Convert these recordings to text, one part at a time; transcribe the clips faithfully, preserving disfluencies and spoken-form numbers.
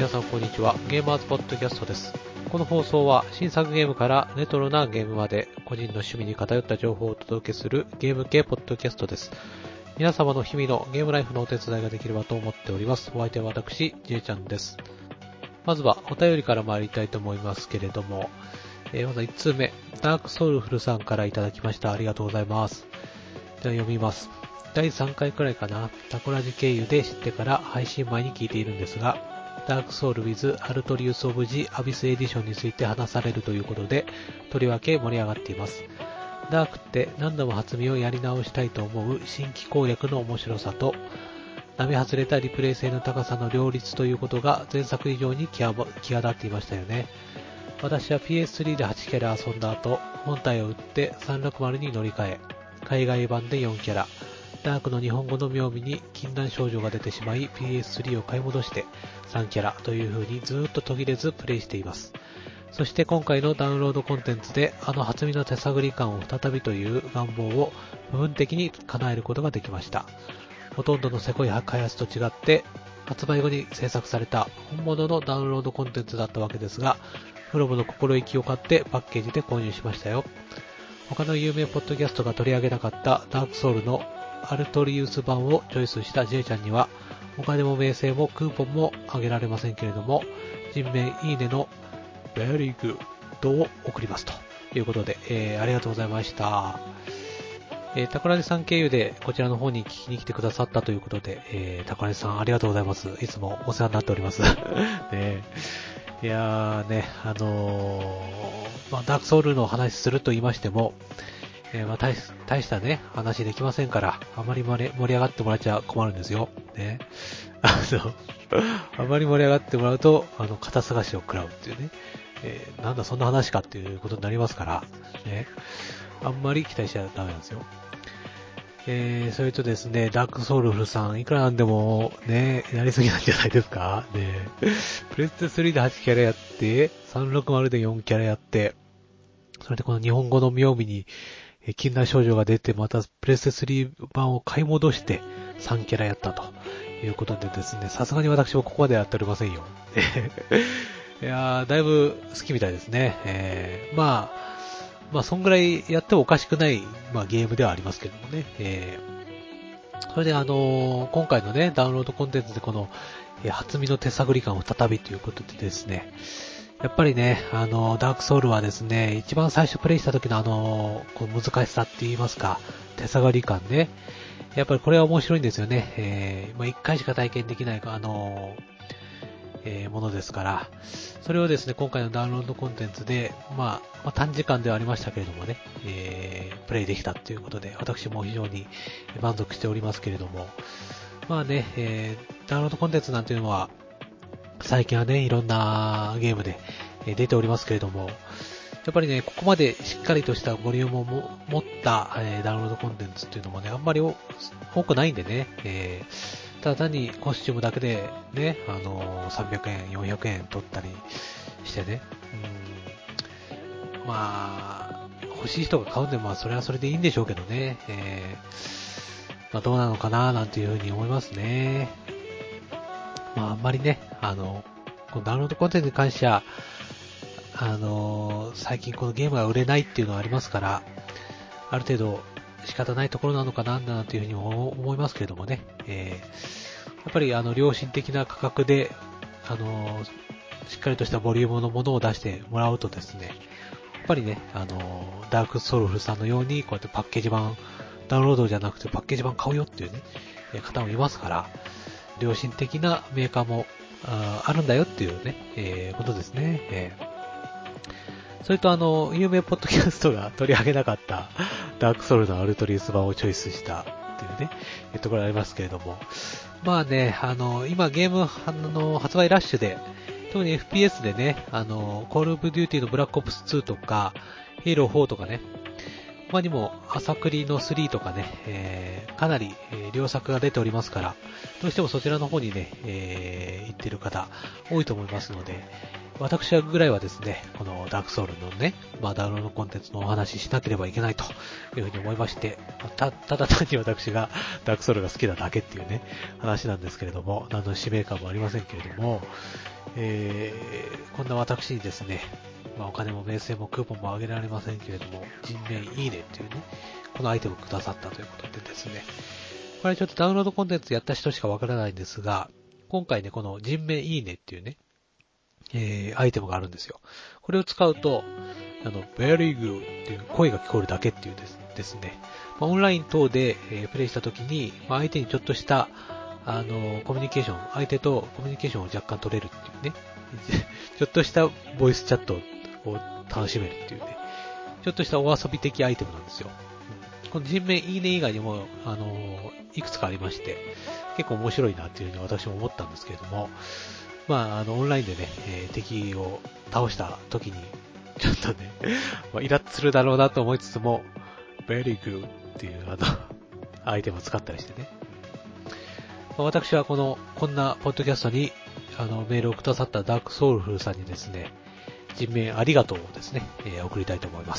皆さんこんにちは。ゲーマーズポッドキャストです。この放送は新作ゲームからレトロなゲームまで個人の趣味に偏った情報をお届けするゲーム系ポッドキャストです。皆様の日々のゲームライフのお手伝いができればと思っております。お相手は私、J ちゃんです。まずはお便りから参りたいと思いますけれども、えー、まずいち通目、ダークソウルフルさんからいただきました。ありがとうございます。では読みます。だいさんかいくらいかな、タコラジ経由で知ってから配信前に聞いているんですが、ダークソウル with アルトリウスオブジアビスエディションについて話されるということで、とりわけ盛り上がっています。ダークって何度も初見をやり直したいと思う新規攻略の面白さと、並外れたリプレイ性の高さの両立ということが前作以上に際立っていましたよね。私は ピーエススリー ではちキャラ遊んだ後、本体を売ってさんびゃくろくじゅうに乗り換え、海外版でよんキャラ、ダークの日本語の妙味に禁断症状が出てしまい ピーエススリー を買い戻してさんキャラという風にずーっと途切れずプレイしています。そして今回のダウンロードコンテンツであの初見の手探り感を再びという願望を部分的に叶えることができました。ほとんどのせこい開発と違って発売後に制作された本物のダウンロードコンテンツだったわけですが、フロムの心意気を買ってパッケージで購入しましたよ。他の有名ポッドキャストが取り上げなかったダークソウルのアルトリウス版をチョイスした J ちゃんにはお金も名声もクーポンもあげられませんけれども、人名いいねのベリーグッドを送りますということで、えー、ありがとうございました。えー、タコラジさん経由でこちらの方に聞きに来てくださったということで、えー、タコラジさんありがとうございます。いつもお世話になっております。ね、いやーね、あのーまあ、ダークソウルの話すると言いましても、えーまあ、大, 大したね、話できませんから、あまり盛り上がってもらっちゃ困るんですよ。ね。あの、あまり盛り上がってもらうと、あの、肩探しを食らうっていうね。えー、なんだそんな話かっていうことになりますから、ね。あんまり期待しちゃダメなんですよ。えー、それとですね、ダークソウルフルさん、いくらなんでも、ね、やりすぎなんじゃないですかね。プレステスリーではちキャラやって、さんびゃくろくじゅうでよんキャラやって、それでこの日本語の妙味に、禁断症状が出て、またプレステスリー版を買い戻してさんキャラやったということでですね、さすがに私もここまでやっておりませんよ。いやー、だいぶ好きみたいですね。えー、まあ、まあ、そんぐらいやってもおかしくない、まあ、ゲームではありますけどもね。えー、それであのー、今回のね、ダウンロードコンテンツでこの、えー、初見の手探り感を再びということでですね、やっぱりね、あの、ダークソウルはですね、一番最初プレイした時のあの、こう難しさって言いますか、手探り感ね。やっぱりこれは面白いんですよね。えー、まあ、一回しか体験できない、あの、えー、ものですから、それをですね、今回のダウンロードコンテンツで、まあ、まあ、短時間ではありましたけれどもね、えー、プレイできたということで、私も非常に満足しておりますけれども、まあね、えー、ダウンロードコンテンツなんていうのは、最近はね、いろんなゲームで出ておりますけれども、やっぱりね、ここまでしっかりとしたボリュームをも持った、えー、ダウンロードコンテンツっていうのもね、あんまり多くないんでね、えー、ただ単にコスチュームだけでね、あのー、さんびゃくえん、よんひゃくえん取ったりしてね、うーん、まあ、欲しい人が買うんで、まあ、それはそれでいいんでしょうけどね、えー、まあ、どうなのかな、なんていうふうに思いますね。まあ、あんまりね、あの、このダウンロードコンテンツに関しては、あの、最近このゲームが売れないっていうのはありますから、ある程度仕方ないところなのかな、なんていうふうに思いますけれどもね。えー、やっぱりあの、良心的な価格で、あの、しっかりとしたボリュームのものを出してもらうとですね、やっぱりね、あの、ダークソウルさんのように、こうやってパッケージ版、ダウンロードじゃなくてパッケージ版買うよっていうね、方もいますから、良心的なメーカーも あ, あるんだよっていうね、えー、ことですね。えー、それとあの、有名ポッドキャストが取り上げなかったダークソウルのアルトリウス版をチョイスしたっていうね、えー、ところありますけれども、まあね、あの、今ゲームあの発売ラッシュで、特に エフピーエス でね、あの、コールオブデューティーのブラックオプスツーとか、ヘイローフォーとかね、他にも、朝栗のスリーとかね、えー、かなり、えー、良作が出ておりますから、どうしてもそちらの方にね、えー、行ってる方、多いと思いますので、 私はぐらいはですね、このダークソウルのね、まあダウンロードコンテンツのお話ししなければいけないというふうに思いまして、た、ただ単に私がダークソウルが好きなだけっていうね、話なんですけれども、何の使命感もありませんけれども、えー、こんな私にですね、まあお金も名声もクーポンもあげられませんけれども、人面いいねっていうね、このアイテムをくださったということでですね、これちょっとダウンロードコンテンツやった人しかわからないんですが、今回ね、この人面いいねっていうね、えー、アイテムがあるんですよ。これを使うと、あの、very good っていう声が聞こえるだけっていうですですね、まあ、オンライン等で、えー、プレイしたときに、まあ、相手にちょっとした、あの、コミュニケーション、相手とコミュニケーションを若干取れるっていうね、ちょっとしたボイスチャットを楽しめるっていうね、ちょっとしたお遊び的アイテムなんですよ。うん、この人面いいね以外にも、あの、いくつかありまして、結構面白いなっていうふうに私も思ったんですけれども、まあ、あの、オンラインでね、えー、敵を倒した時に、ちょっとね、まあ、イラッとするだろうなと思いつつも、very good っていうあの、アイテムを使ったりしてね。まあ、私はこの、こんなポッドキャストに、あの、メールをくださったダークソウルフルさんにですね、人名ありがとうをですね、えー、送りたいと思います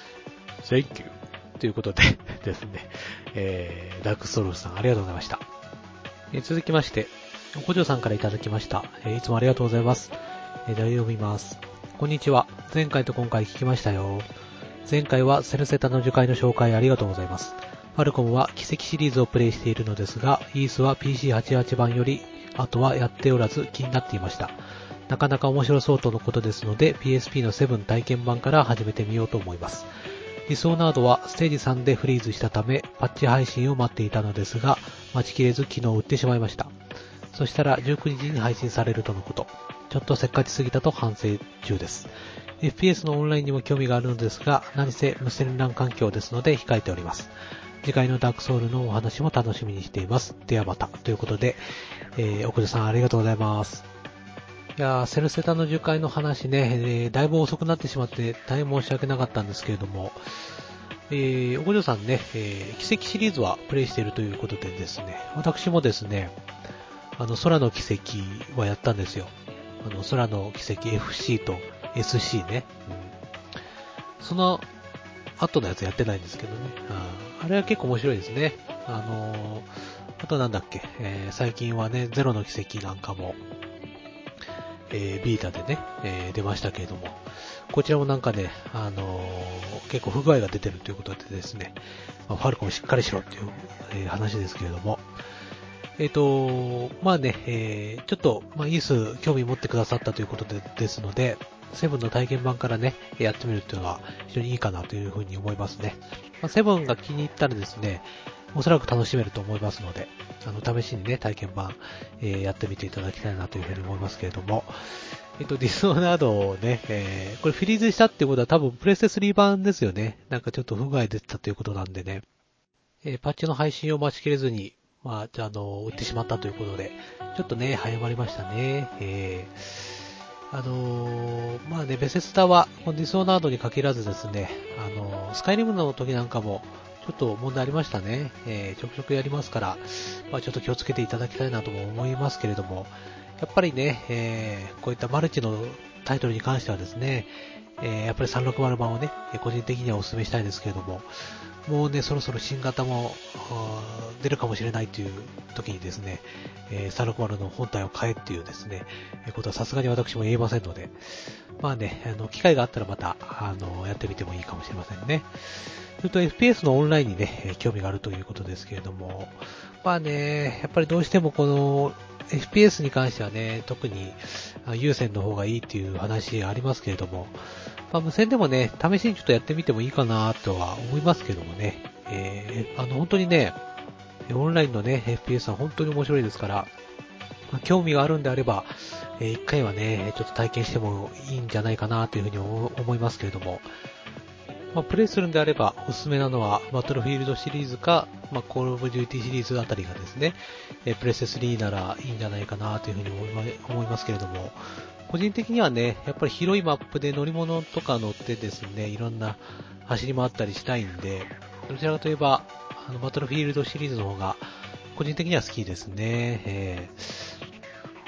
。Thank you ということでですね、えー、ダークソウルフルさんありがとうございました。えー、続きまして、おこじょうさんからいただきました。えー、いつもありがとうございます。えー、題を読みます。こんにちは。前回と今回聞きましたよ。前回はセルセタの樹海の紹介ありがとうございます。ファルコムは奇跡シリーズをプレイしているのですが、イースは ピーシーはちじゅうはち 版より、あとはやっておらず気になっていました。なかなか面白そうとのことですので、ピーエスピー のセブン体験版から始めてみようと思います。ディスオナードはステージさんでフリーズしたため、パッチ配信を待っていたのですが、待ちきれず昨日売ってしまいました。そしたらじゅうくにじに配信されるとのこと。ちょっとせっかちすぎたと反省中です。エフピーエス のオンラインにも興味があるのですが、何せ無線 ラン 環境ですので控えております。次回のダークソウルのお話も楽しみにしています。ではまた。ということで、えー、奥田さんありがとうございます。いやー、セルセタの樹海の話ね、えー、だいぶ遅くなってしまって大変申し訳なかったんですけれども、えー、おこじょうさんね、えー、奇跡シリーズはプレイしているということでですね、私もですね、あの、空の奇跡はやったんですよ。あの、空の奇跡 エフシー と エスシー ね。うん、その後のやつやってないんですけどね。あ, あれは結構面白いですね。あのー、あとなんだっけ、えー、最近はね、ゼロの奇跡なんかも、えー、ビータでね、えー、出ましたけれども、こちらもなんかね、あのー、結構不具合が出てるということでですね、まあ、ファルコンしっかりしろっていう、えー、話ですけれども、えっ、ー、と、まあね、えー、ちょっと、まあ、イース興味持ってくださったということでですので、セブンの体験版からね、やってみるっていうのは非常にいいかなというふうに思いますね。まあ、セブンが気に入ったらですね、おそらく楽しめると思いますので、あの、試しにね、体験版、えー、やってみていただきたいなというふうに思いますけれども、えっと、ディスオナードをね、えー、これフリーズしたっていうことは多分プレステスリー版ですよね。なんかちょっと不具合出てたということなんでね、えー、パッチの配信を待ちきれずに、まあ、じゃあ、あの、売ってしまったということで、ちょっとね、早まりましたね。えー、あのー、まあね、ベセスタは、このディスオナードに限らずですね、あのー、スカイリムの時なんかも、ちょっと問題ありましたね。えー、ちょくちょくやりますから、まあちょっと気をつけていただきたいなとも思いますけれども、やっぱりね、えー、こういったマルチのタイトルに関してはですね、えー、やっぱりさんろくまる版をね、個人的にはお勧めしたいですけれども、もうね、そろそろ新型も出るかもしれないという時にですね、えー、さんろくまるの本体を買えっていうですね、えー、ことはさすがに私も言えませんので、まあね、あの、機会があったらまた、あの、やってみてもいいかもしれませんね。それと エフピーエス のオンラインにね、興味があるということですけれども、まあね、やっぱりどうしてもこの エフピーエス に関してはね、特に有線の方がいいっていう話ありますけれども、まあ、無線でもね、試しにちょっとやってみてもいいかなとは思いますけどもね、えー、あの本当にね、オンラインのね、エフピーエス は本当に面白いですから、まあ、興味があるんであれば、えー、一回はね、ちょっと体験してもいいんじゃないかなというふうに思いますけれども、まあ、プレイするんであればおすすめなのはバトルフィールドシリーズか、まあ、コールオブデューティーシリーズあたりがですね、えー、プレステスリーならいいんじゃないかなというふうに思いますけれども、個人的にはね、やっぱり広いマップで乗り物とか乗ってですね、いろんな走り回ったりしたいんで、どちらかといえば、あのバトルフィールドシリーズの方が個人的には好きですね。え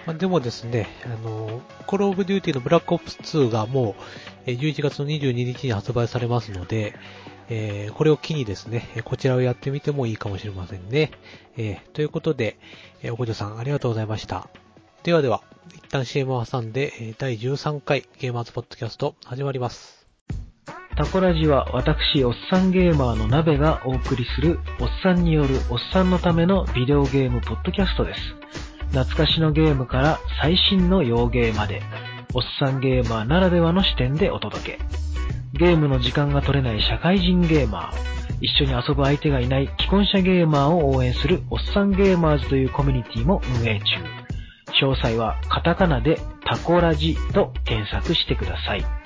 まあ、でもですね、あの、コールオブデューティのブラックオプスツーがもうじゅういちがつのにじゅうににちに発売されますので、えー、これを機にですね、こちらをやってみてもいいかもしれませんね。えー、ということで、えー、おこじょさんありがとうございました。ではでは、一旦 シーエム を挟んで、だいじゅうさんかいゲーマーズポッドキャスト始まります。 タコラジは私、おっさんゲーマーの鍋がお送りする、おっさんによるおっさんのためのビデオゲームポッドキャストです。懐かしのゲームから最新の洋ゲーまで、おっさんゲーマーならではの視点でお届け。ゲームの時間が取れない社会人ゲーマー、一緒に遊ぶ相手がいない既婚者ゲーマーを応援するおっさんゲーマーズというコミュニティも運営中。詳細はカタカナでタコラジと検索してください。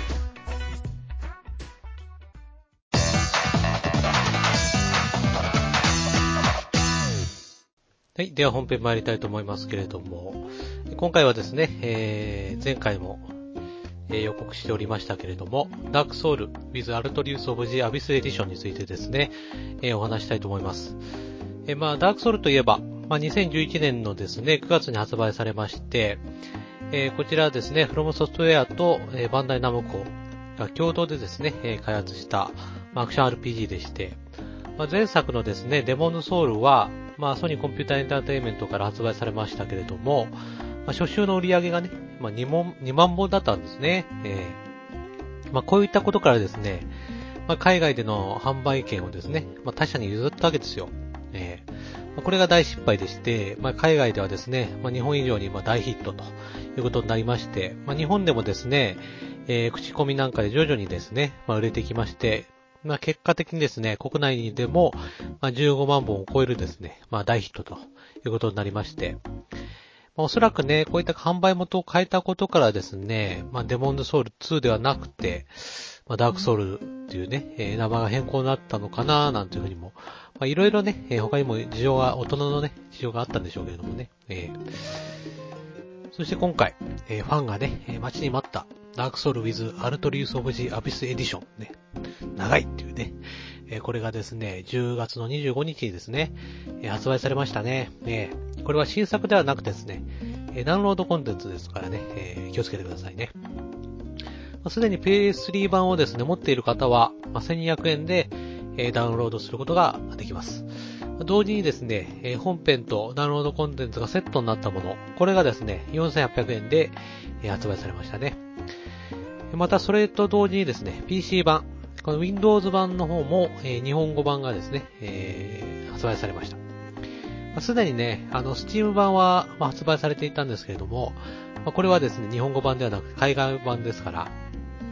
はい。では本編参りたいと思いますけれども、今回はですね、えー、前回も、えー、予告しておりましたけれども、ダークソウル with Artorius of the Abyss Edition についてですね、えー、お話したいと思います。えー、まあ、ダークソウルといえば、まあ、にせんじゅういちねんのですね、くがつに発売されまして、えー、こちらですね、フロムソフトウェアと、えー、バンダイナムコが共同でですね、えー、開発した、まあ、アクション アールピージー でして、まあ、前作のですね、デモンズソウルは、まあ、ソニーコンピューターエンターテインメントから発売されましたけれども、まあ、初週の売り上げがね、まあ、にまんぼんだったんですね。えー、まあ、こういったことからですね、まあ、海外での販売権をですね、まあ、他社に譲ったわけですよ。えーまあ、これが大失敗でして、まあ、海外ではですね、まあ、日本以上にまあ大ヒットということになりまして、まあ、日本でもですね、えー、口コミなんかで徐々にですね、まあ、売れてきまして、まあ、結果的にですね、国内でも、まあ、じゅうごまんぼんを超えるですね、まあ、大ヒットということになりまして、まあ、おそらくね、こういった販売元を変えたことからですね、まあ、デモンズソウルツーではなくて、まあ、ダークソウルっていうね、えー、名前が変更になったのかななんていうふうにも、まあ、いろいろね、えー、他にも事情が、大人のね、事情があったんでしょうけれどもね、えー、そして今回、えー、ファンがね、待ちに待った、ダークソウル with Artorius of the Abyss Edition ね、長いっていうね、えー、これがですね、じゅうがつのにじゅうごにちにですね、えー、発売されましたね。えー、これは新作ではなくてですね、えー、ダウンロードコンテンツですからね、えー、気をつけてくださいね。すで、まあ、に ピーエススリー 版をですね、持っている方は、まあ、せんにひゃくえんで、えー、ダウンロードすることができます。同時にですね、えー、本編とダウンロードコンテンツがセットになったもの、これがですね、よんせんはっぴゃくえんで、えー、発売されましたね。またそれと同時にですね、ピーシー 版、この Windows 版の方も、えー、日本語版がですね、えー、発売されました。すで、まあ、にね、あの、Steam 版は、まあ、発売されていたんですけれども、まあ、これはですね、日本語版ではなく海外版ですから、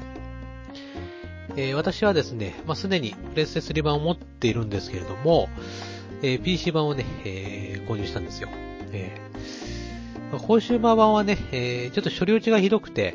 えー、私はですね、まあ、すでにプレステスリー版を持っているんですけれども、えー、ピーシー 版をね、えー、購入したんですよ。えーまあ、コンシューマー版はね、えー、ちょっと処理落ちがひどくて、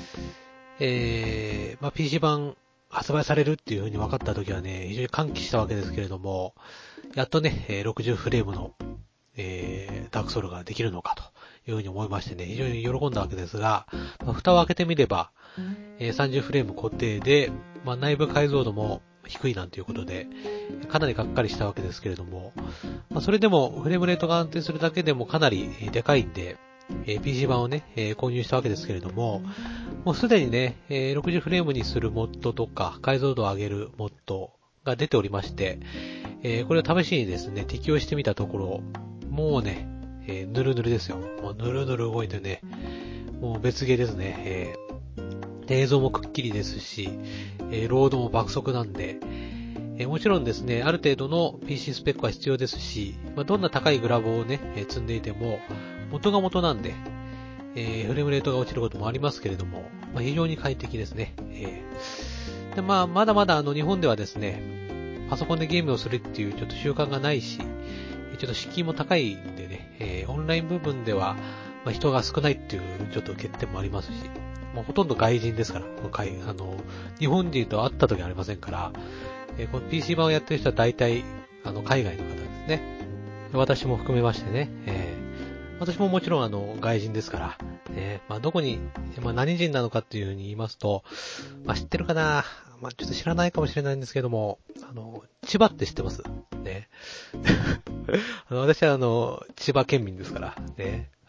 えーまあ、ピーシー 版発売されるっていう風に分かった時はね、非常に歓喜したわけですけれども、やっとね、ろくじゅうフレームの、えー、ダークソウルができるのかという風に思いましてね、非常に喜んだわけですが、まあ、蓋を開けてみれば、えー、さんじゅうフレーム固定で、まあ、内部解像度も低いなんていうことで、かなりがっかりしたわけですけれども、まあ、それでもフレームレートが安定するだけでもかなりでかいんで、えー、ピーシー 版をね、えー、購入したわけですけれども、もうすでにね、えー、ろくじゅうフレームにするモッドとか、解像度を上げるモッドが出ておりまして、えー、これを試しにですね、適用してみたところ、もうね、えー、ぬるぬるですよ。もうぬるぬる動いてね、もう別ゲーですね。えー映像もくっきりですし、えー、ロードも爆速なんで、えー、もちろんですね、ある程度の ピーシー スペックは必要ですし、まあ、どんな高いグラボをね、えー、積んでいても、元が元なんで、えー、フレームレートが落ちることもありますけれども、まあ、非常に快適ですね。えー、でまあ、まだまだあの日本ではですね、パソコンでゲームをするっていうちょっと習慣がないし、ちょっと敷居も高いんでね、えー、オンライン部分では、まあ、人が少ないっていうちょっと欠点もありますし、もうほとんど外人ですから、あの、日本人と会った時はありませんから、えー、この ピーシー 版をやってる人は大体、あの、海外の方ですね。私も含めましてね、えー、私ももちろんあの、外人ですから、ね、まあ、どこに、まあ、何人なのかっていうふうに言いますと、まあ、知ってるかな、まあ、ちょっと知らないかもしれないんですけども、あの、千葉って知ってますね。あの私はあの、千葉県民ですから、ね。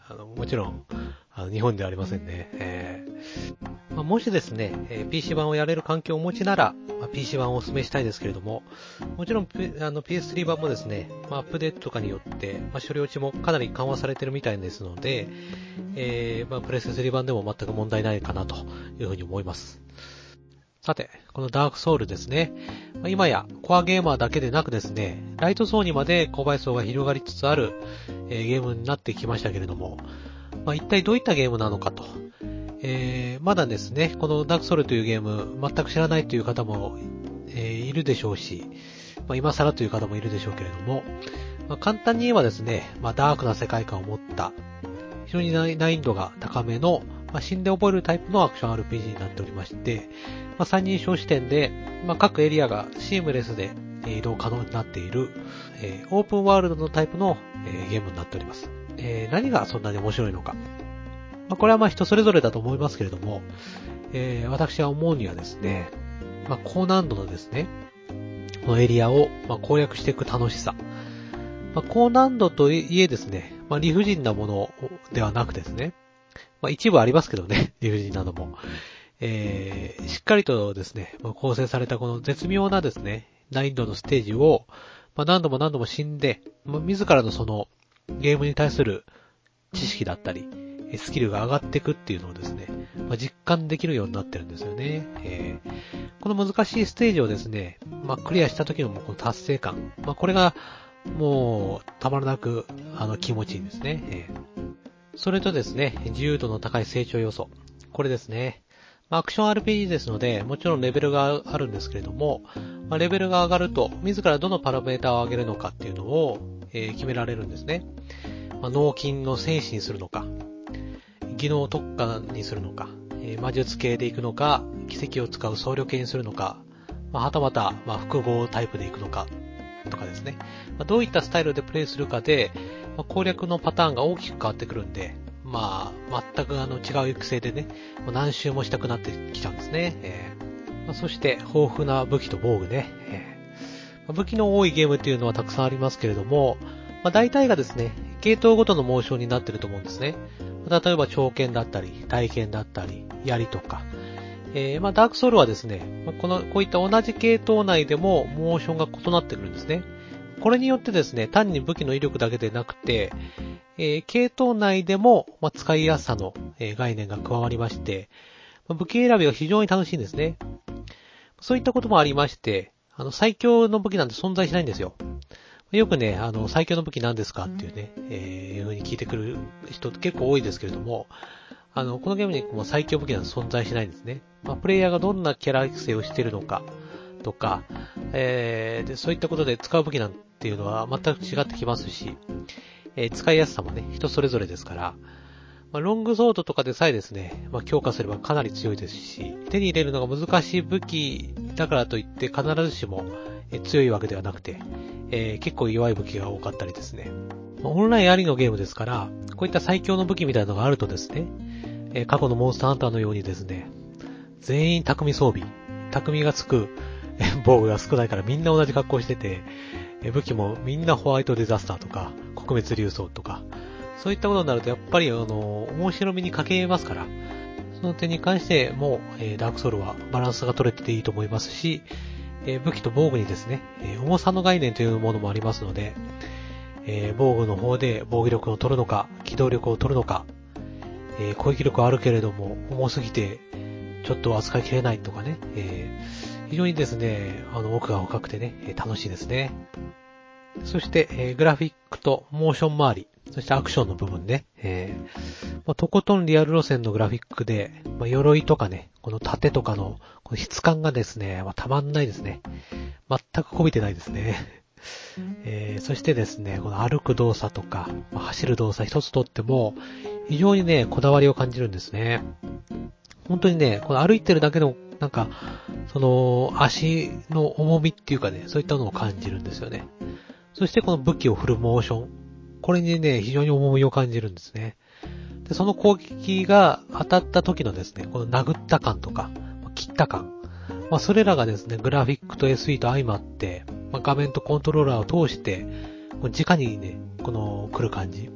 あの、もちろん、あの日本ではありませんね。えーまあ、もしですね、えー、ピーシー 版をやれる環境をお持ちなら、まあ、ピーシー 版をお勧めしたいですけれども、もちろん、あの ピーエススリー 版もですね、まあ、アップデートとかによって、まあ、処理落ちもかなり緩和されてるみたいですので、えーまあ、プレステスリー 版でも全く問題ないかなというふうに思います。さて、このダークソウルですね。今やコアゲーマーだけでなくですね、ライト層にまで購買層が広がりつつある、えー、ゲームになってきましたけれども、まあ、一体どういったゲームなのかと。えー、まだですね、このダークソウルというゲーム全く知らないという方も、えー、いるでしょうし、まあ、今更という方もいるでしょうけれども、まあ、簡単に言えばですね、まあ、ダークな世界観を持った、非常に難易度が高めの、まあ、死んで覚えるタイプのアクション アールピージー になっておりまして、まあ、三人称視点で、まあ、各エリアがシームレスで移動可能になっている、えー、オープンワールドのタイプの、えー、ゲームになっております。えー、何がそんなに面白いのか。まあ、これはまあ人それぞれだと思いますけれども、えー、私は思うにはですね、まあ、高難度のですね、このエリアをまあ攻略していく楽しさ。まあ、高難度といえですね、まあ、理不尽なものではなくですね、まあ、一部ありますけどね、理不尽なのも。えー、しっかりとですね、まあ、構成されたこの絶妙なですね、難易度のステージを、まあ、何度も何度も死んで、まあ、自らのそのゲームに対する知識だったり、スキルが上がっていくっていうのをですね、まあ、実感できるようになってるんですよね。えー、この難しいステージをですね、まあ、クリアした時のこの達成感、まあ、これがもうたまらなくあの気持ちいいんですね。えー、それとですね、自由度の高い成長要素、これですね。まあ、アクション アールピージー ですので、もちろんレベルがあるんですけれども、まあ、レベルが上がると自らどのパラメータを上げるのかっていうのを、えー、決められるんですね。まあ、脳筋の戦士にするのか、技能特化にするのか、えー、魔術系でいくのか、奇跡を使う僧侶系にするのか、まあ、はたまた、まあ、複合タイプでいくのか、とかですね。まあ、どういったスタイルでプレイするかで、まあ、攻略のパターンが大きく変わってくるんで、まあ、全くあの違う育成でね、何周もしたくなってきちゃうんですね。えーまあ、そして、豊富な武器と防具ね。えーまあ、武器の多いゲームっていうのはたくさんありますけれども、まあ、大体がですね、系統ごとのモーションになってると思うんですね。例えば長剣だったり、体剣だったり、槍とか。えー、まあダークソウルはですね、まあ、この、こういった同じ系統内でもモーションが異なってくるんですね。これによってですね、単に武器の威力だけでなくて、えー、系統内でも、まあ、使いやすさの、えー、概念が加わりまして、まあ、武器選びが非常に楽しいんですね。そういったこともありまして、あの、最強の武器なんて存在しないんですよ。よくね、あの、最強の武器何ですかっていうね、えー、いう風に聞いてくる人結構多いですけれども、あの、このゲームにも最強武器なんて存在しないんですね。まあ、プレイヤーがどんなキャラ育成をしているのか、とか、えー、で、そういったことで使う武器なんていうのは全く違ってきますし、えー、使いやすさもね、人それぞれですから、まあ、ロングソードとかでさえですね、まあ、強化すればかなり強いですし、手に入れるのが難しい武器だからといって必ずしも強いわけではなくて、えー、結構弱い武器が多かったりですね。オンラインありのゲームですから、こういった最強の武器みたいなのがあるとですね、えー、過去のモンスターハンターのようにですね、全員匠装備、匠がつく防具が少ないからみんな同じ格好してて、武器もみんなホワイトデザスターとか、黒滅竜装とか、そういったことになるとやっぱりあの、面白みに欠けますから、その点に関しても、えー、ダークソウルはバランスが取れてていいと思いますし、えー、武器と防具にですね、えー、重さの概念というものもありますので、えー、防具の方で防御力を取るのか、機動力を取るのか、えー、攻撃力はあるけれども重すぎてちょっと扱いきれないとかね、えー、非常にですね、あの奥が深くてね、楽しいですね。そして、えー、グラフィックとモーション周り、そしてアクションの部分ね、えーまあ、とことんリアル路線のグラフィックで、まあ、鎧とかね、この盾とかのこの質感がですね、まあ、たまんないですね。全くこびてないですね。えー、そしてですね、この歩く動作とか、まあ、走る動作一つとっても、非常にね、こだわりを感じるんですね。本当にね、この歩いてるだけの、なんか、その、足の重みっていうかね、そういったのを感じるんですよね。そしてこの武器を振るモーション。これにね、非常に重みを感じるんですね。で、その攻撃が当たった時のですね、この殴った感とか、切った感。まあ、それらがですね、グラフィックと エスイー と相まって、まあ、画面とコントローラーを通して、直にね、この来る感じ。プ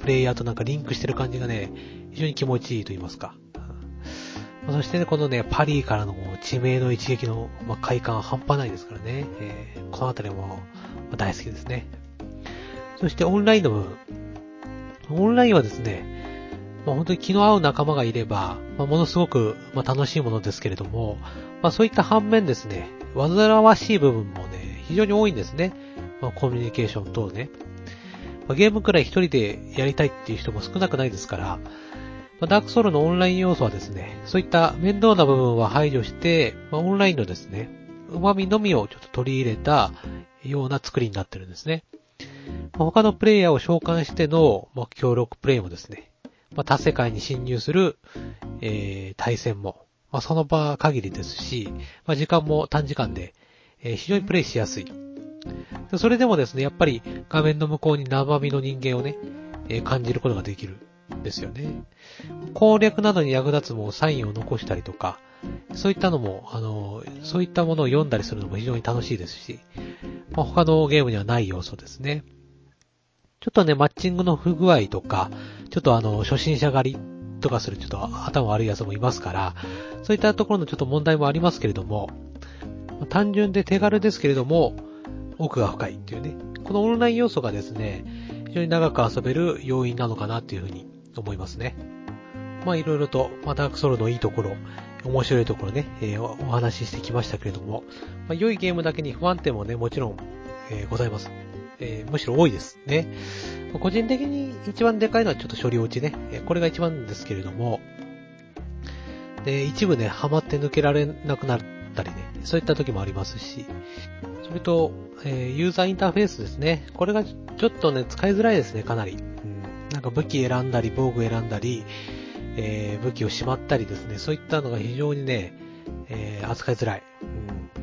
レイヤーとなんかリンクしてる感じがね、非常に気持ちいいと言いますか。そしてね、このね、パリからの地名の一撃の、まあ、快感は半端ないですからね。えー、このあたりも、まあ、大好きですね。そしてオンラインの部分。オンラインはですね、まあ、本当に気の合う仲間がいれば、まあ、ものすごく、まあ、楽しいものですけれども、まあ、そういった反面ですね、煩わしい部分もね、非常に多いんですね。まあ、コミュニケーション等ね。まあ、ゲームくらい一人でやりたいっていう人も少なくないですから、まあ、ダークソウルのオンライン要素はですね、そういった面倒な部分は排除して、まあ、オンラインのですね、旨味のみをちょっと取り入れたような作りになってるんですね。まあ、他のプレイヤーを召喚しての、まあ、協力プレイもですね、まあ、他世界に侵入する、えー、対戦も、まあ、その場限りですし、まあ、時間も短時間で、えー、非常にプレイしやすい。それでもですね、やっぱり画面の向こうに生身の人間をね、えー、感じることができるんですよね。攻略などに役立つもうサインを残したりとか、そういったのも、あの、そういったものを読んだりするのも非常に楽しいですし、まあ、他のゲームにはない要素ですね。ちょっとね、マッチングの不具合とか、ちょっとあの、初心者狩りとかするちょっと頭悪いやつもいますから、そういったところのちょっと問題もありますけれども、単純で手軽ですけれども、奥が深いっていうね、このオンライン要素がですね、非常に長く遊べる要因なのかなっていうふうに思いますね。まあいろいろと、まあ、ダークソウルのいいところ、面白いところね、えー、お話ししてきましたけれども、まあ、良いゲームだけに不安定もね、もちろん、えー、ございます。えー、むしろ多いですね。個人的に一番でかいのはちょっと処理落ちね。えー、これが一番ですけれども、で、一部ね、ハマって抜けられなくなったりね、そういった時もありますし、それと、えー、ユーザーインターフェースですね。これがちょっとね、使いづらいですね、かなり。うん、なんか武器選んだり、防具選んだり、えー、武器をしまったりですね、そういったのが非常にね、えー、扱いづらい。うん、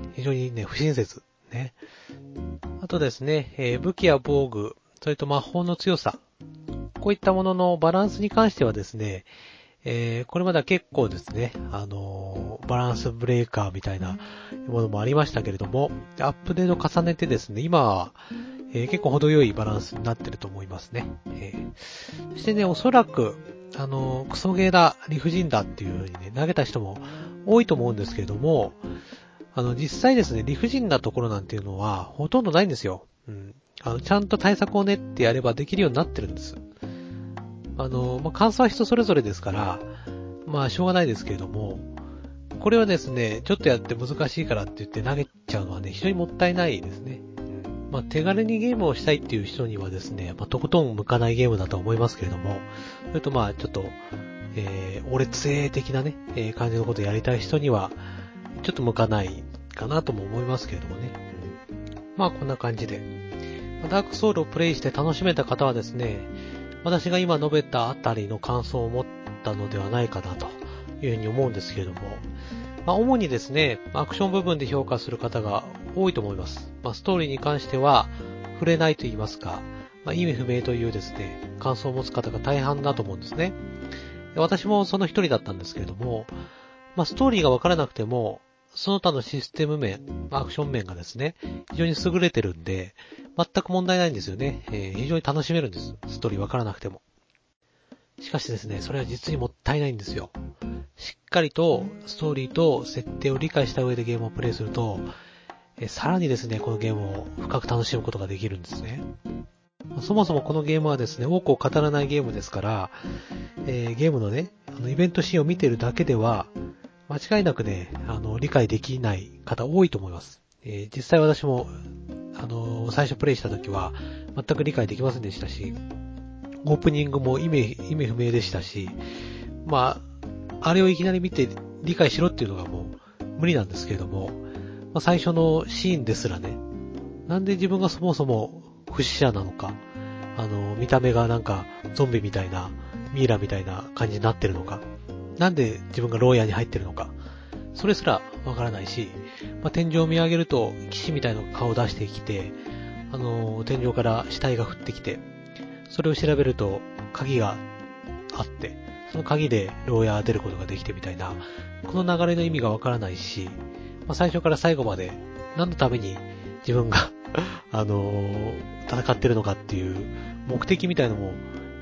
非常にね、不親切。ね。あとですね、えー、武器や防具、それと魔法の強さ。こういったもののバランスに関してはですね、えー、これまでは結構ですね、あのー、バランスブレーカーみたいなものもありましたけれども、アップデートを重ねてですね、今は、えー、結構程よいバランスになってると思いますね。えー、そしてね、おそらく、あのー、クソゲーだ、理不尽だっていう風にね、投げた人も多いと思うんですけれども、あの、実際ですね、理不尽なところなんていうのはほとんどないんですよ。うん。あの、ちゃんと対策を練ってやればできるようになってるんです。あの、まあ、感想は人それぞれですから、まあ、しょうがないですけれども、これはですね、ちょっとやって難しいからって言って投げちゃうのはね、非常にもったいないですね。まあ、手軽にゲームをしたいっていう人にはですね、まあ、とことん向かないゲームだと思いますけれども、それとまあ、ちょっと、えー、俺強え的なね、えー、感じのことをやりたい人には、ちょっと向かないかなとも思いますけれどもね。まあ、こんな感じで。ダークソウルをプレイして楽しめた方はですね、私が今述べたあたりの感想を持ったのではないかなというふうに思うんですけれども、まあ、主にですね、アクション部分で評価する方が多いと思います。まあ、ストーリーに関しては触れないと言いますか、まあ、意味不明というですね、感想を持つ方が大半だと思うんですね。私もその一人だったんですけれども、まあ、ストーリーがわからなくても、その他のシステム面、アクション面がですね、非常に優れてるんで、全く問題ないんですよね。えー、非常に楽しめるんです。ストーリーわからなくても。しかしですね、それは実にもったいないんですよ。しっかりとストーリーと設定を理解した上でゲームをプレイすると、えー、さらにですね、このゲームを深く楽しむことができるんですね。そもそもこのゲームはですね、多くを語らないゲームですから、えー、ゲームのね、あのイベントシーンを見ているだけでは、間違いなくね、あの、理解できない方多いと思います。えー、実際私も、あのー、最初プレイした時は、全く理解できませんでしたし、オープニングも意味、意味不明でしたし、まあ、あれをいきなり見て理解しろっていうのがもう無理なんですけれども、まあ、最初のシーンですらね、なんで自分がそもそも不死者なのか、あの、見た目がなんかゾンビみたいな、ミイラみたいな感じになってるのか、なんで自分が牢屋に入ってるのか、それすらわからないし、まあ、天井を見上げると騎士みたいな顔を出してきて、あのー、天井から死体が降ってきて、それを調べると鍵があって、その鍵で牢屋出ることができてみたいな、この流れの意味がわからないし、まあ、最初から最後まで何のために自分があのー、戦ってるのかっていう目的みたいのも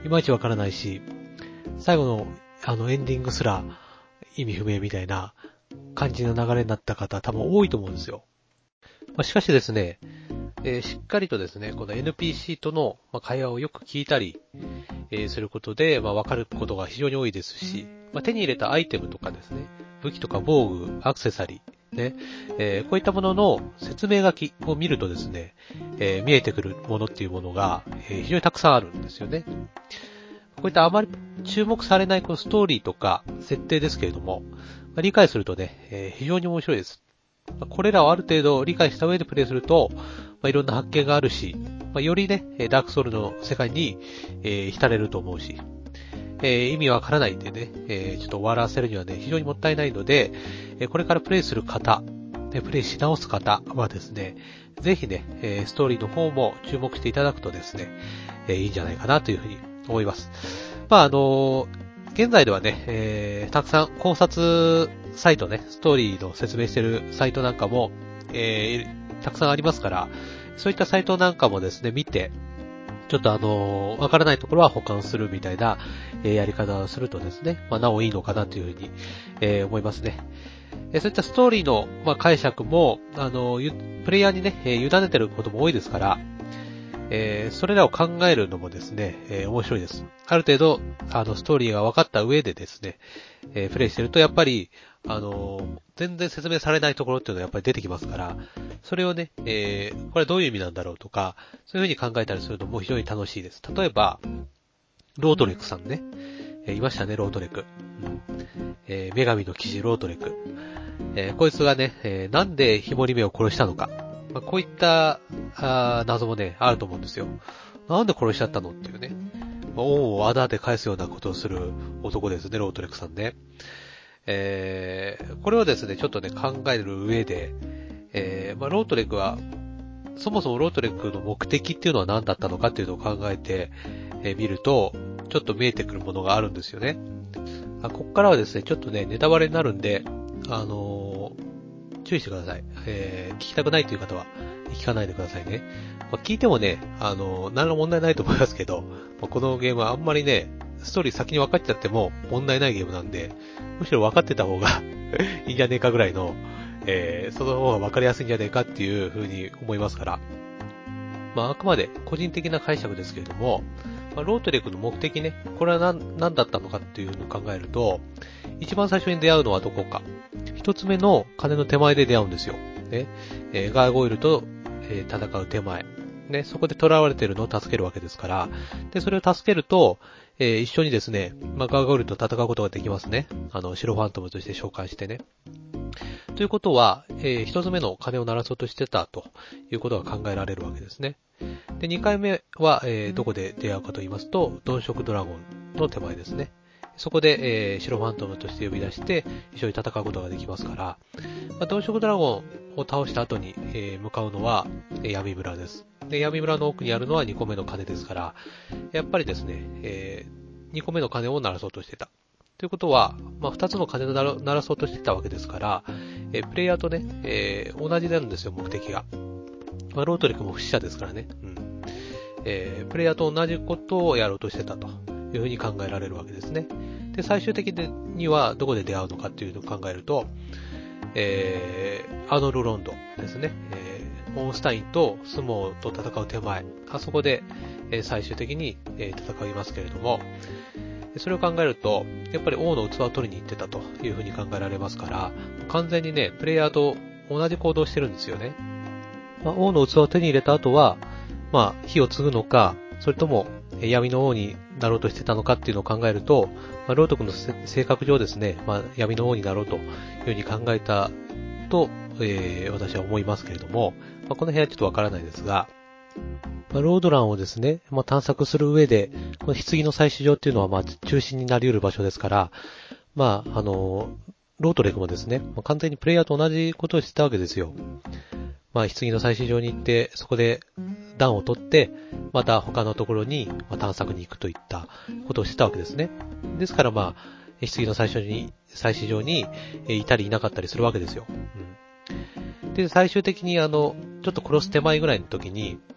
いまいちわからないし、最後のあのエンディングすら意味不明みたいな感じの流れになった方多分多いと思うんですよ。まあ、しかしですね、えー、しっかりとですね、この エヌピーシー との会話をよく聞いたり、えー、することで、まあ、わかることが非常に多いですし、まあ、手に入れたアイテムとかですね、武器とか防具、アクセサリー、ね、えー、こういったものの説明書きを見るとですね、えー、見えてくるものっていうものが、えー、非常にたくさんあるんですよね。こういったあまり注目されないこのストーリーとか設定ですけれども、まあ、理解するとね、えー、非常に面白いです。これらをある程度理解した上でプレイすると、まあ、いろんな発見があるし、まあ、よりね、ダークソウルの世界に、えー、浸れると思うし、えー、意味わからないんでね、えー、ちょっと終わらせるにはね、非常にもったいないので、えー、これからプレイする方、プレイし直す方はですね、ぜひね、えー、ストーリーの方も注目していただくとですね、えー、いいんじゃないかなというふうに思います。まあ、あのー、現在ではね、えー、たくさん考察サイトね、ストーリーの説明しているサイトなんかも、えー、たくさんありますから、そういったサイトなんかもですね、見て、ちょっとあのー、わからないところは保管するみたいな、えー、やり方をするとですね、まあ、なおいいのかなというふうに、えー、思いますね。えー、そういったストーリーの、まあ、解釈も、あのー、プレイヤーにね、えー、委ねてることも多いですから、えー、それらを考えるのもですね、えー、面白いです。ある程度、あの、ストーリーが分かった上でですね、えー、プレイしてると、やっぱり、あのー、全然説明されないところっていうのはやっぱり出てきますから、それをね、えー、これどういう意味なんだろうとか、そういう風に考えたりするのも非常に楽しいです。例えば、ロートレクさんね、えー、いましたね、ロートレク。うんえー、女神の騎士ロートレク。えー、こいつがね、えー、なんでひもりめを殺したのか。まあ、こういったあ謎もね、あると思うんですよ。なんで殺しちゃったのっていうね。まあ、恩をあだで返すようなことをする男ですね、ロートレクさんね。えー、これをですね、ちょっとね、考える上で、えー、まあ、ロートレクは、そもそもロートレクの目的っていうのは何だったのかっていうのを考えて、えー、見ると、ちょっと見えてくるものがあるんですよね。あここからはですね、ちょっとね、ネタバレになるんで、あのー、注意してください。えー、聞きたくないという方は、聞かないでくださいね。まあ、聞いてもね、あのー、何の問題ないと思いますけど、まあ、このゲームはあんまりね、ストーリー先に分かっちゃっても問題ないゲームなんで、むしろ分かってた方がいいんじゃねえかぐらいの、えー、その方が分かりやすいんじゃねえかっていう風に思いますから。まあ、あくまで個人的な解釈ですけれども、まあ、ロートレクの目的ね、これは何、何だったのかっていうのを考えると、一番最初に出会うのはどこか。一つ目の鐘の手前で出会うんですよ。ね。えー、ガーゴイルと、えー、戦う手前。ね、そこで囚われているのを助けるわけですから、で、それを助けると、えー、一緒にですね、まあ、ガーゴイルと戦うことができますね。あの、白ファントムとして召喚してね。ということは、えー、一つ目の鐘を鳴らそうとしてたということが考えられるわけですね。で、二回目は、えー、どこで出会うかと言いますと、ドンショクドラゴンの手前ですね。そこで、えー、白ファントムとして呼び出して、一緒に戦うことができますから、まあ、ドンショクドラゴンを倒した後に、えー、向かうのは、えー、闇村です。で、闇村の奥にあるのは二個目の鐘ですから、やっぱりですね、えー、二個目の鐘を鳴らそうとしてた。ということは、まあ、二つの鐘を鳴らそうとしてたわけですから、えー、プレイヤーとね、えー、同じなんですよ、目的が。まあ、ロートリックも不死者ですからね。うん。えー、プレイヤーと同じことをやろうとしてたというふうに考えられるわけですね。で、最終的にはどこで出会うのかっていうのを考えると、えー、アーノル・ロンドですね。えー、モンスタインとスモーと戦う手前、あそこで、えー、最終的に、えー、戦いますけれども、それを考えると、やっぱり王の器を取りに行ってたというふうに考えられますから、完全にね、プレイヤーと同じ行動をしてるんですよね。まあ、王の器を手に入れた後は、まあ、火を継ぐのか、それとも闇の王になろうとしてたのかっていうのを考えると、まあ、ロート君の性格上ですね、まあ、闇の王になろうというふうに考えたと、えー、私は思いますけれども、まあ、この辺はちょっとわからないですが、まあ、ロードランをですね、まあ、探索する上で、この棺の採取場っていうのはまあ中心になり得る場所ですから、まあ、あの、ロートレクもですね、まあ、完全にプレイヤーと同じことをしてたわけですよ。まあ、棺の採取場に行って、そこで暖を取って、また他のところに探索に行くといったことをしてたわけですね。ですからまあ、棺の採取に、採取場にいたりいなかったりするわけですよ。うん、で、最終的にあの、ちょっと殺す手前ぐらいの時に、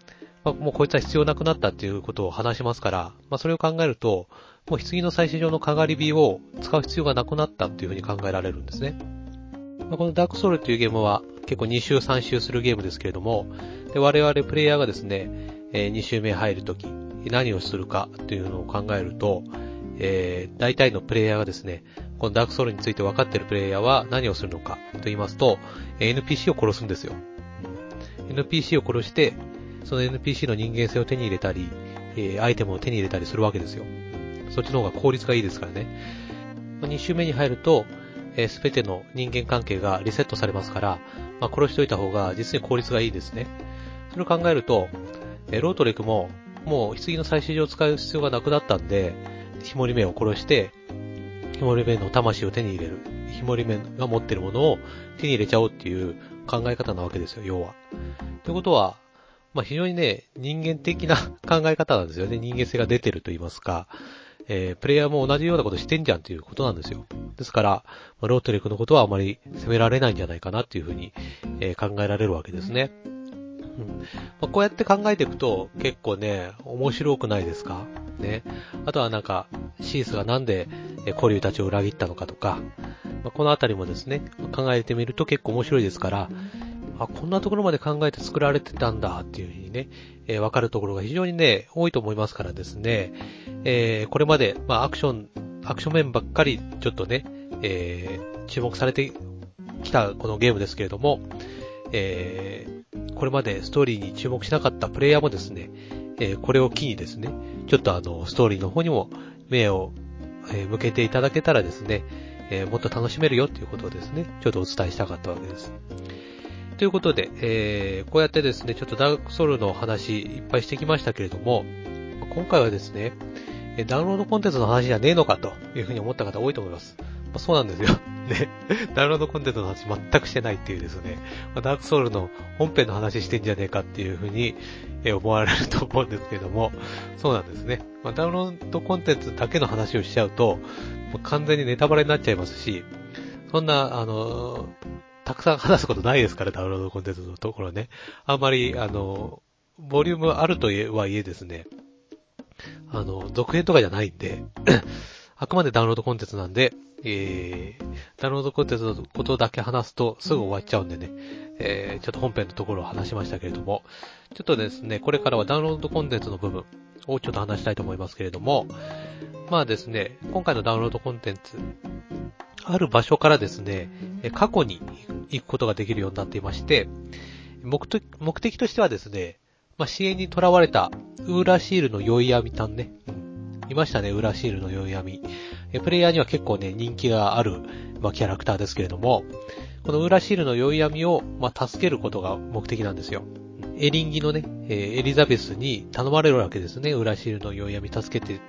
まあ、もうこいつは必要なくなったっていうことを話しますから、まあ、それを考えると、もう棺の採取場のかがり火を使う必要がなくなったっていうふうに考えられるんですね。まあ、このダークソウルっていうゲームは結構に周さん周するゲームですけれども、で我々プレイヤーがですね、えー、に周目入るとき何をするかというのを考えると、えー、大体のプレイヤーがですね、このダークソウルについて分かっているプレイヤーは何をするのかと言いますと、エヌピーシー を殺すんですよ。エヌピーシー を殺して、その エヌピーシー の人間性を手に入れたり、えー、アイテムを手に入れたりするわけですよ。そっちの方が効率がいいですからね。に周目に入ると、えー、全ての人間関係がリセットされますから、まあ、殺しておいた方が実に効率がいいですね。それを考えると、えー、ロートレクももう棺の採取場を使う必要がなくなったんで、ヒモリメを殺して、ヒモリメの魂を手に入れる。ヒモリメが持っているものを手に入れちゃおうっていう考え方なわけですよ、要は。ということは、まあ、非常にね、人間的な考え方なんですよね。人間性が出てると言いますか、えー、プレイヤーも同じようなことしてんじゃんということなんですよ。ですから、まあ、ロートレクのことはあまり責められないんじゃないかなっていうふうに、えー、考えられるわけですね。うんまあ、こうやって考えていくと結構ね、面白くないですかね。あとはなんか、シースがなんでコリュウたちを裏切ったのかとか、まあ、このあたりもですね、考えてみると結構面白いですから、あ、こんなところまで考えて作られてたんだっていうふうにね、えー、わかるところが非常にね、多いと思いますからですね、えー、これまで、まあアクション、アクション面ばっかりちょっとね、えー、注目されてきたこのゲームですけれども、えー、これまでストーリーに注目しなかったプレイヤーもですね、えー、これを機にですね、ちょっとあの、ストーリーの方にも目を、えー、向けていただけたらですね、えー、もっと楽しめるよっていうことをですね、ちょっとお伝えしたかったわけです。ということで、えー、こうやってですね、ちょっとダークソウルの話いっぱいしてきましたけれども、今回はですね、ダウンロードコンテンツの話じゃねえのかというふうに思った方多いと思います。まあ、そうなんですよ。ね。ダウンロードコンテンツの話全くしてないっていうですね、まあ、ダークソウルの本編の話してんじゃねえかっていうふうに思われると思うんですけれども、そうなんですね。まあ、ダウンロードコンテンツだけの話をしちゃうと、もう完全にネタバレになっちゃいますし、そんな、あのー、たくさん話すことないですから、ダウンロードコンテンツのところね。あんまり、あの、ボリュームあるとはいえですね、あの、続編とかじゃないんで、あくまでダウンロードコンテンツなんで、えー、ダウンロードコンテンツのことだけ話すとすぐ終わっちゃうんでね、えー、ちょっと本編のところを話しましたけれども、ちょっとですね、これからはダウンロードコンテンツの部分をちょっと話したいと思いますけれども、まあですね、今回のダウンロードコンテンツ、ある場所からですね、過去に行くことができるようになっていまして、目的、目的としてはですね、まあ、支援に囚われたウーラシールの宵闇たんね、うん、いましたね、ウーラシールの宵闇。プレイヤーには結構ね、人気がある、まあ、キャラクターですけれども、このウーラシールの宵闇を、まあ、助けることが目的なんですよ。エリンギのね、エリザベスに頼まれるわけですね、ウーラシールの宵闇助けてって。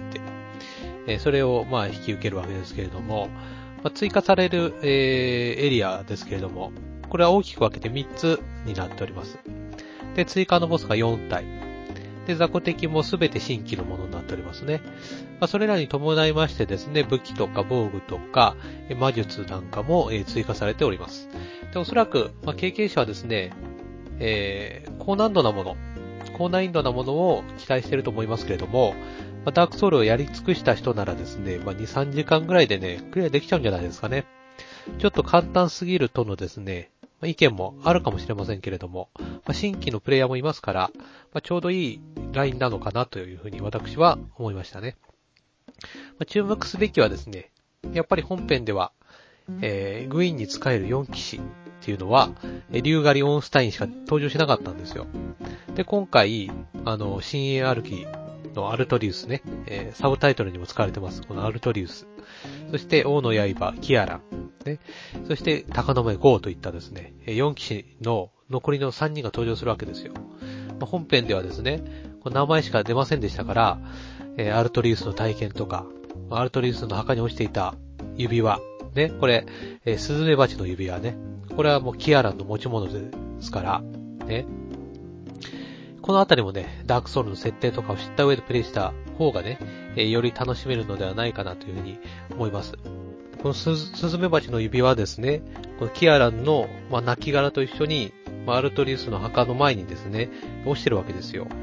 それを、まあ、引き受けるわけですけれども、まあ、追加される、えー、エリアですけれども、これは大きく分けてみっつになっております。で、追加のボスがよん体。で、雑魚敵もすべて新規のものになっておりますね。まあ、それらに伴いましてですね、武器とか防具とか、魔術なんかも、えー、追加されております。で、おそらく、まあ、経験者はですね、えー、高難度なもの、高難易度なものを期待していると思いますけれども、まあ、ダークソウルをやり尽くした人ならですね、まあ、に、さんじかんぐらいでね、クリアできちゃうんじゃないですかね。ちょっと簡単すぎるとのですね、まあ、意見もあるかもしれませんけれども、まあ、新規のプレイヤーもいますから、まあ、ちょうどいいラインなのかなというふうに私は思いましたね。まあ、注目すべきはですね、やっぱり本編では、えー、グイーンに使えるよん騎士っていうのは、リュウガリ・オンスタインしか登場しなかったんですよ。で、今回、あの、新鋭歩きのアルトリウスね、えー、サブタイトルにも使われてます。このアルトリウス。そして、王の刃、キアラン。ね。そして、高野目ゴーといったですね、よん騎士の残りのさんにんが登場するわけですよ。まあ、本編ではですね、この名前しか出ませんでしたから、えー、アルトリウスの体験とか、アルトリウスの墓に落ちていた指輪。ね。これ、えー、スズメバチの指輪ね。これはもうキアランの持ち物ですから、ね。このあたりもね、ダークソウルの設定とかを知った上でプレイした方がね、えー、より楽しめるのではないかなというふうに思います。このスズメバチの指輪はですね、このキアランの、まあ、亡骸と一緒に、まあ、アルトリウスの墓の前にですね、落ちてるわけですよ。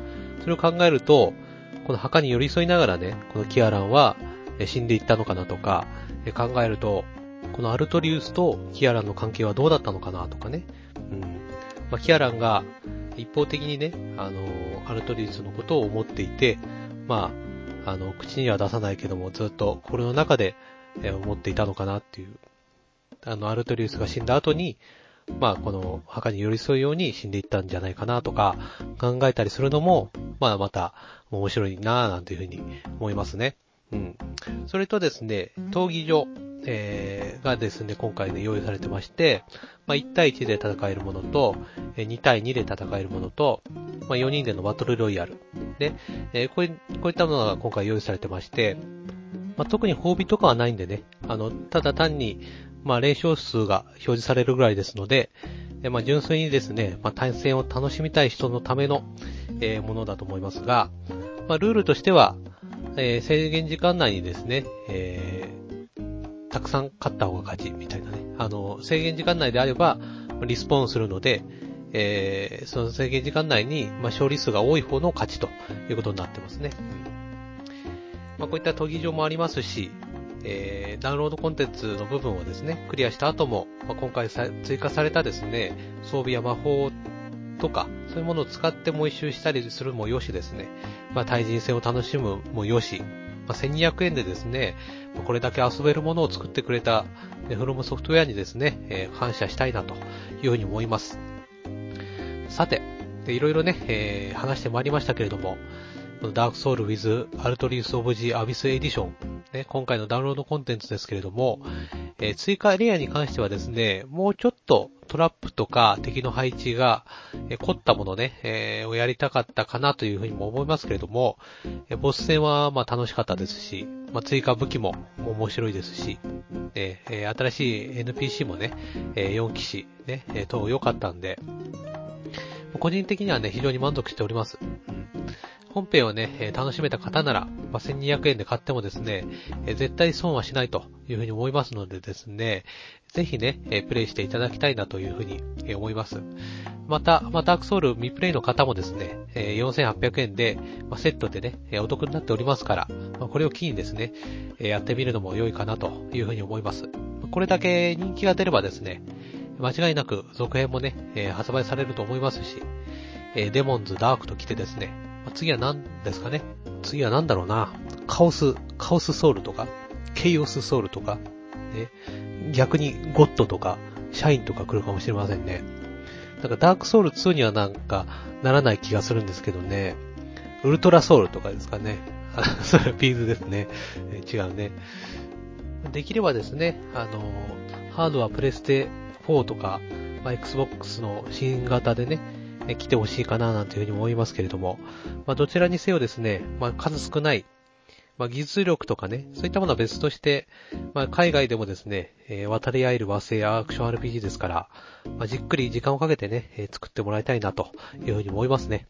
それを考えると、この墓に寄り添いながらね、このキアランは死んでいったのかなとか、考えると、このアルトリウスとキアランの関係はどうだったのかなとかね。うんまあ、キアランが一方的にね、あの、アルトリウスのことを思っていて、まあ、あの、口には出さないけども、ずっと心の中で思っていたのかなっていう。あの、アルトリウスが死んだ後に、まあ、この墓に寄り添うように死んでいったんじゃないかなとか考えたりするのも、まあ、また面白いなぁなんていうふうに思いますね。うん。それとですね、闘技場、えー、がですね、今回ね、用意されてまして、まあ、いち対いちで戦えるものと、に対にで戦えるものと、まあ、よにんでのバトルロイヤル。で、えー、こうい、こういったものが今回用意されてまして、まあ、特に褒美とかはないんでね、あの、ただ単に、まあ、連勝数が表示されるぐらいですので、えー、まあ、純粋にですね、まあ、対戦を楽しみたい人のための、えー、ものだと思いますが、まあ、ルールとしては、えー、制限時間内にですね、えー、たくさん勝った方が勝ちみたいなね。あの、制限時間内であれば、リスポーンするので、えー、その制限時間内に、まあ、勝利数が多い方の勝ちということになってますね。まあ、こういった闘技場もありますし、えー、ダウンロードコンテンツの部分をですね、クリアした後も、まあ、今回さ追加されたですね、装備や魔法とか、そういうものを使ってもう一周したりするもよしですね、まあ、対人戦を楽しむもよし、まあ、せんにひゃくえんでですね、これだけ遊べるものを作ってくれたフロムソフトウェアにですね、えー、感謝したいなというふうに思います。さて、いろいろね、えー、話してまいりましたけれども、ダークソウル with Artorius of the Abyss Edition、ね、今回のダウンロードコンテンツですけれども、えー、追加レアに関してはですね、もうちょっとトラップとか敵の配置が、えー、凝ったものね、えー、をやりたかったかなというふうにも思いますけれども、えー、ボス戦はまあ楽しかったですし、まあ、追加武器も面白いですし、えー、新しい エヌピーシー もね、えー、よん騎士ね、えー、と良かったんで、個人的にはね、非常に満足しております。うん本編をね、楽しめた方なら、まあ、せんにひゃくえんで買ってもですね、絶対損はしないというふうに思いますのでですね、ぜひね、プレイしていただきたいなというふうに思います。また、まあ、ダークソウル未プレイの方もですね、よんせんはっぴゃくえんで、まあ、セットでね、お得になっておりますから、まあ、これを機にですね、やってみるのも良いかなというふうに思います。これだけ人気が出ればですね、間違いなく続編もね、発売されると思いますし、デモンズダークと来てですね、次は何ですかね。次は何だろうな。カオス、カオスソウルとか、ケイオスソウルとか、ね、逆にゴッドとか、シャインとか来るかもしれませんね。なんかダークソウルツーにはなんかならない気がするんですけどね。ウルトラソウルとかですかね。それはピーズですね。違うね。できればですね、あの、ハードはプレステフォーとか、まあ、Xbox の新型でね、来てほしいかななんていうふうに思いますけれども、まあ、どちらにせよですね、まあ、数少ない、まあ、技術力とかね、そういったものは別として、まあ、海外でもですね、えー、渡り合える和製アクション アールピージー ですから、まあ、じっくり時間をかけてね、えー、作ってもらいたいなというふうに思いますね。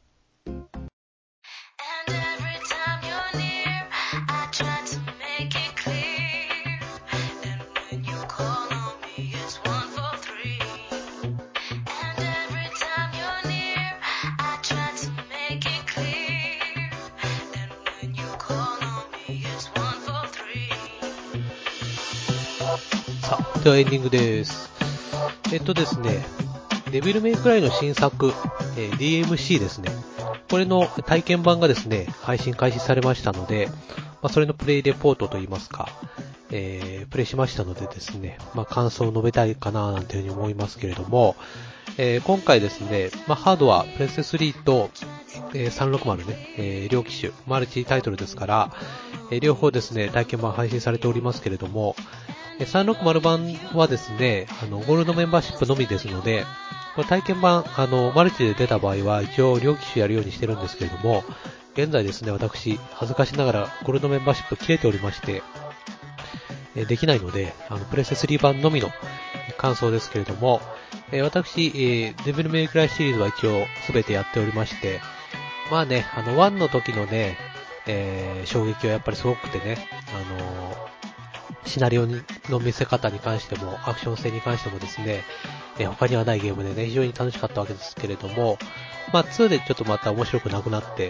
さあ、ではエンディングです。えっとですね、デビルメイクライの新作、えー、ディーエムシー ですね。これの体験版がですね、配信開始されましたので、まあ、それのプレイレポートといいますか、えー、プレイしましたのでですね、まあ、感想を述べたいかななんていうふうに思いますけれども、えー、今回ですね、まあ、ハードはプレステスリーと、えー、さんびゃくろくじゅうね、えー、両機種、マルチタイトルですから、えー、両方ですね、体験版配信されておりますけれども、さんびゃくろくじゅう版はですね、あの、ゴールドメンバーシップのみですので、これ体験版、あの、マルチで出た場合は一応両機種やるようにしてるんですけれども、現在ですね、私、恥ずかしながらゴールドメンバーシップ切れておりまして、えできないので、あの、プレステスリー版のみの感想ですけれども、え私、えー、デビルメイクライシリーズは一応全てやっておりまして、まあね、あの、ワンの時のね、えー、衝撃はやっぱりすごくてね、あのー、シナリオの見せ方に関しても、アクション性に関してもですね、えー、他にはないゲームでね、非常に楽しかったわけですけれども、まあ、ツーでちょっとまた面白くなくなって、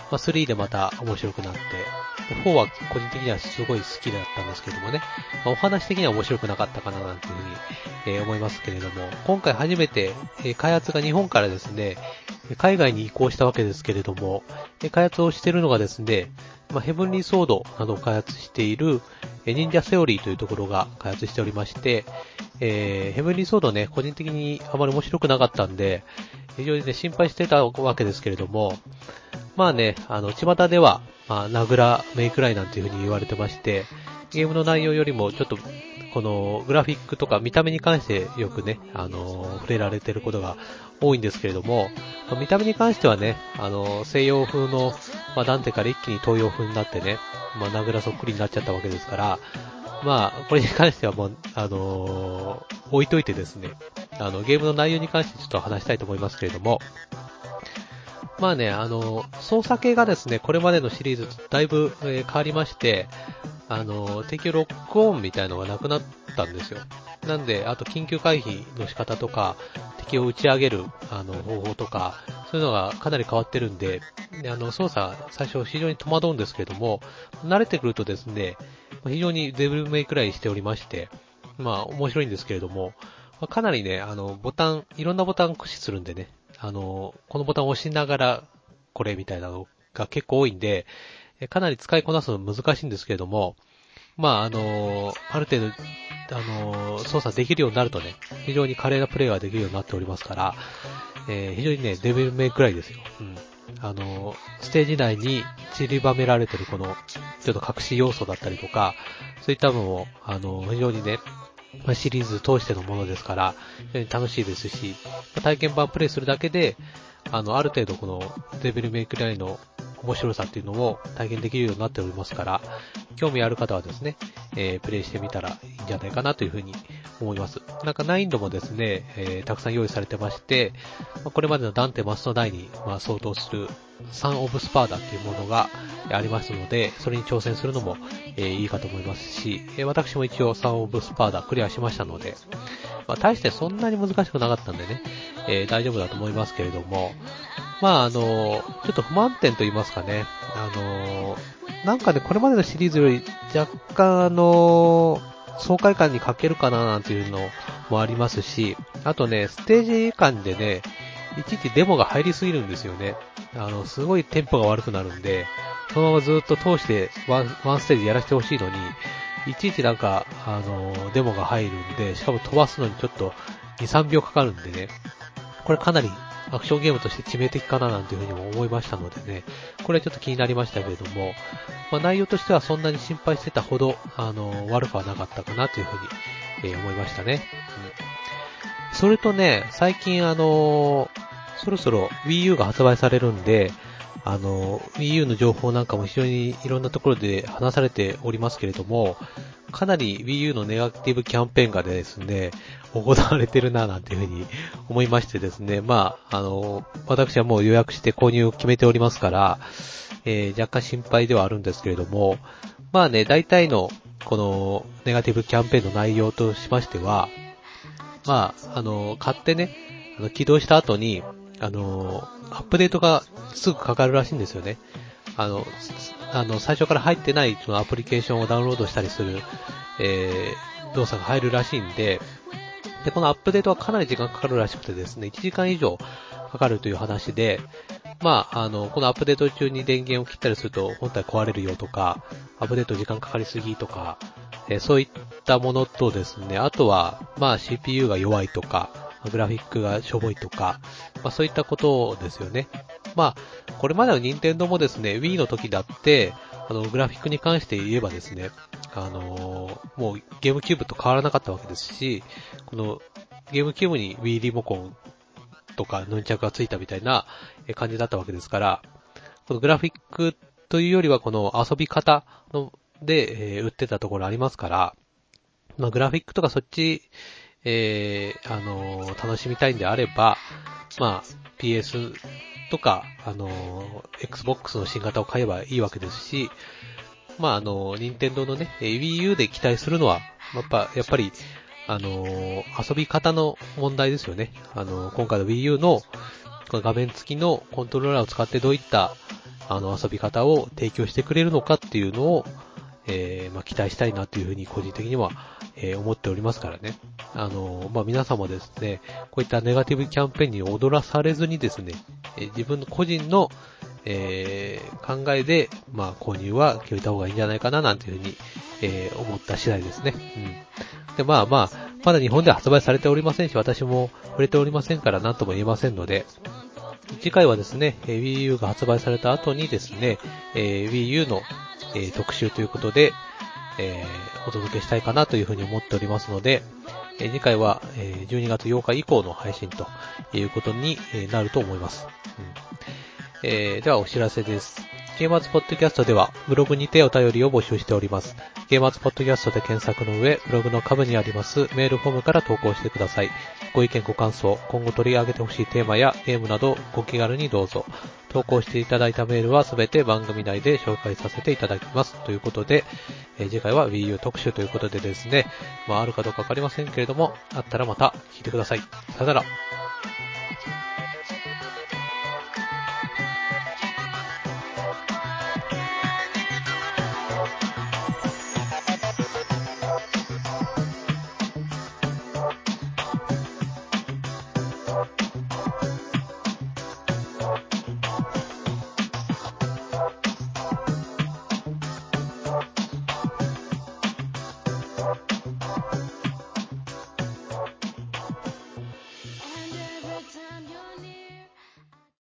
まあ、スリーでまた面白くなって、フォーは個人的にはすごい好きだったんですけどもね、まあ、お話的には面白くなかったかななんていうふうに、えー、思いますけれども、今回初めて、えー、開発が日本からですね、海外に移行したわけですけれども、えー、開発をしているのがですね、まあ、ヘブンリーソードなどを開発している、えー、忍者セオリーというところが開発しておりまして、えー、ヘブンリーソードね、個人的にあまり面白くなかったんで、非常にね、心配してたわけですけれども、まあね、あの、巷では、まあ、ナグラメイクライなんていう風に言われてまして、ゲームの内容よりもちょっと、このグラフィックとか見た目に関してよくね、あの、触れられてることが多いんですけれども、見た目に関してはね、あの、西洋風の、まあ、ダンテから一気に東洋風になってね、まあ、ナグラそっくりになっちゃったわけですから、まあ、これに関してはもう、あのー、置いといてですね、あの、ゲームの内容に関してちょっと話したいと思いますけれども、まあね、あの、操作系がですね、これまでのシリーズとだいぶ、えー、変わりまして、あの、敵をロックオンみたいのがなくなったんですよ。なんで、あと緊急回避の仕方とか、敵を打ち上げる、あの、方法とか、そういうのがかなり変わってるんで、あの、操作、最初非常に戸惑うんですけれども、慣れてくるとですね、非常にデブルメイクライしておりまして、まあ、面白いんですけれども、かなりね、あの、ボタン、いろんなボタン駆使するんでね、あの、このボタンを押しながら、これみたいなのが結構多いんで、かなり使いこなすの難しいんですけれども、まあ、あの、ある程度、あの、操作できるようになるとね、非常に華麗なプレイができるようになっておりますから、えー、非常にね、デビルメイクライですよ。うん。あの、ステージ内に散りばめられてるこの、ちょっと隠し要素だったりとか、そういったのも、あの、非常にね、シリーズ通してのものですから、非常に楽しいですし、体験版プレイするだけで、あの、ある程度このデビルメイクライの面白さっていうのを体験できるようになっておりますから、興味ある方はですね、えー、プレイしてみたらいいんじゃないかなというふうに思います。なんか難易度もですね、えー、たくさん用意されてまして、これまでのダンテマストダイに、まあ、相当するサンオブスパーダっていうものがありますので、それに挑戦するのも、えー、いいかと思いますし、えー、私も一応サンオブスパーダクリアしましたので、まあ、大してそんなに難しくなかったんでね、えー、大丈夫だと思いますけれども、まああの、ちょっと不満点と言いますかね、あの、なんかね、これまでのシリーズより若干あの、爽快感に欠けるかななんていうのもありますし、あとね、ステージ間でね、いちいちデモが入りすぎるんですよね。あの、すごいテンポが悪くなるんで、そのままずっと通してワン、ワンステージやらせてほしいのに、いちいちなんか、あの、デモが入るんで、しかも飛ばすのにちょっとに、さんびょうかかるんでね、これかなりアクションゲームとして致命的かななんていうふうにも思いましたのでね、これはちょっと気になりましたけれども、まあ、内容としてはそんなに心配してたほど、あの、悪くはなかったかなというふうに、えー、思いましたね。うん、それとね、最近あの、そろそろ Wii U が発売されるんで、あの、Wii U の情報なんかも非常にいろんなところで話されておりますけれども、かなり Wii U のネガティブキャンペーンがですね、行われてるななんていうふうに思いましてですね、まあ、あの、私はもう予約して購入を決めておりますから、えー、若干心配ではあるんですけれども、まあね、大体のこのネガティブキャンペーンの内容としましては、まあ、あの、買ってね、あの起動した後に、あの、アップデートがすぐかかるらしいんですよね。あの、あの、最初から入ってないそのアプリケーションをダウンロードしたりする、えー、動作が入るらしいんで、で、このアップデートはかなり時間かかるらしくてですね、いちじかん以上かかるという話で、まあ、あの、このアップデート中に電源を切ったりすると本体壊れるよとか、アップデート時間かかりすぎとか、えー、そういったものとですね、あとは、まあ シーピーユー が弱いとか、グラフィックがしょぼいとか、まあそういったことですよね。まあ、これまでの任天堂もですね、Wii の時だって、あの、グラフィックに関して言えばですね、あのー、もうゲームキューブと変わらなかったわけですし、このゲームキューブに Wii リモコンとかヌンチャクがついたみたいな感じだったわけですから、このグラフィックというよりはこの遊び方ので、えー、売ってたところありますから、まあ、グラフィックとかそっち、えー、あのー、楽しみたいんであれば、まあ、ピーエス とか、あのー、Xbox の新型を買えばいいわけですし、まあ、あのー、任天堂のね、Wii U で期待するのは、やっぱ、やっぱり、あのー、遊び方の問題ですよね。あのー、今回の Wii U の、 画面付きのコントローラーを使ってどういったあの遊び方を提供してくれるのかっていうのを、えー、まあ、期待したいなというふうに個人的には、えー、思っておりますからね。あのー、まあ、皆様ですね、こういったネガティブキャンペーンに踊らされずにですね、えー、自分の個人の、えー、考えで、まあ、購入は決めた方がいいんじゃないかななんていうふうに、えー、思った次第ですね。うん。で、まあまあ、まだ日本では発売されておりませんし、私も触れておりませんから何とも言えませんので、次回はですね、Wii U が発売された後にですね、えー、Wii U の、えー、特集ということで、えー、お届けしたいかなというふうに思っておりますので、えー、次回は、えー、じゅうにがつようか以降の配信ということになると思います。うんえー、ではお知らせです。ゲーマーズポッドキャストではブログにてお便りを募集しております。ゲーマーズポッドキャストで検索の上、ブログの下部にありますメールフォームから投稿してください。ご意見ご感想、今後取り上げてほしいテーマやゲームなどご気軽にどうぞ。投稿していただいたメールはすべて番組内で紹介させていただきます。ということで、えー、次回は Wii U 特集ということでですね、まああるかどうかわかりませんけれども、あったらまた聞いてください。さよなら。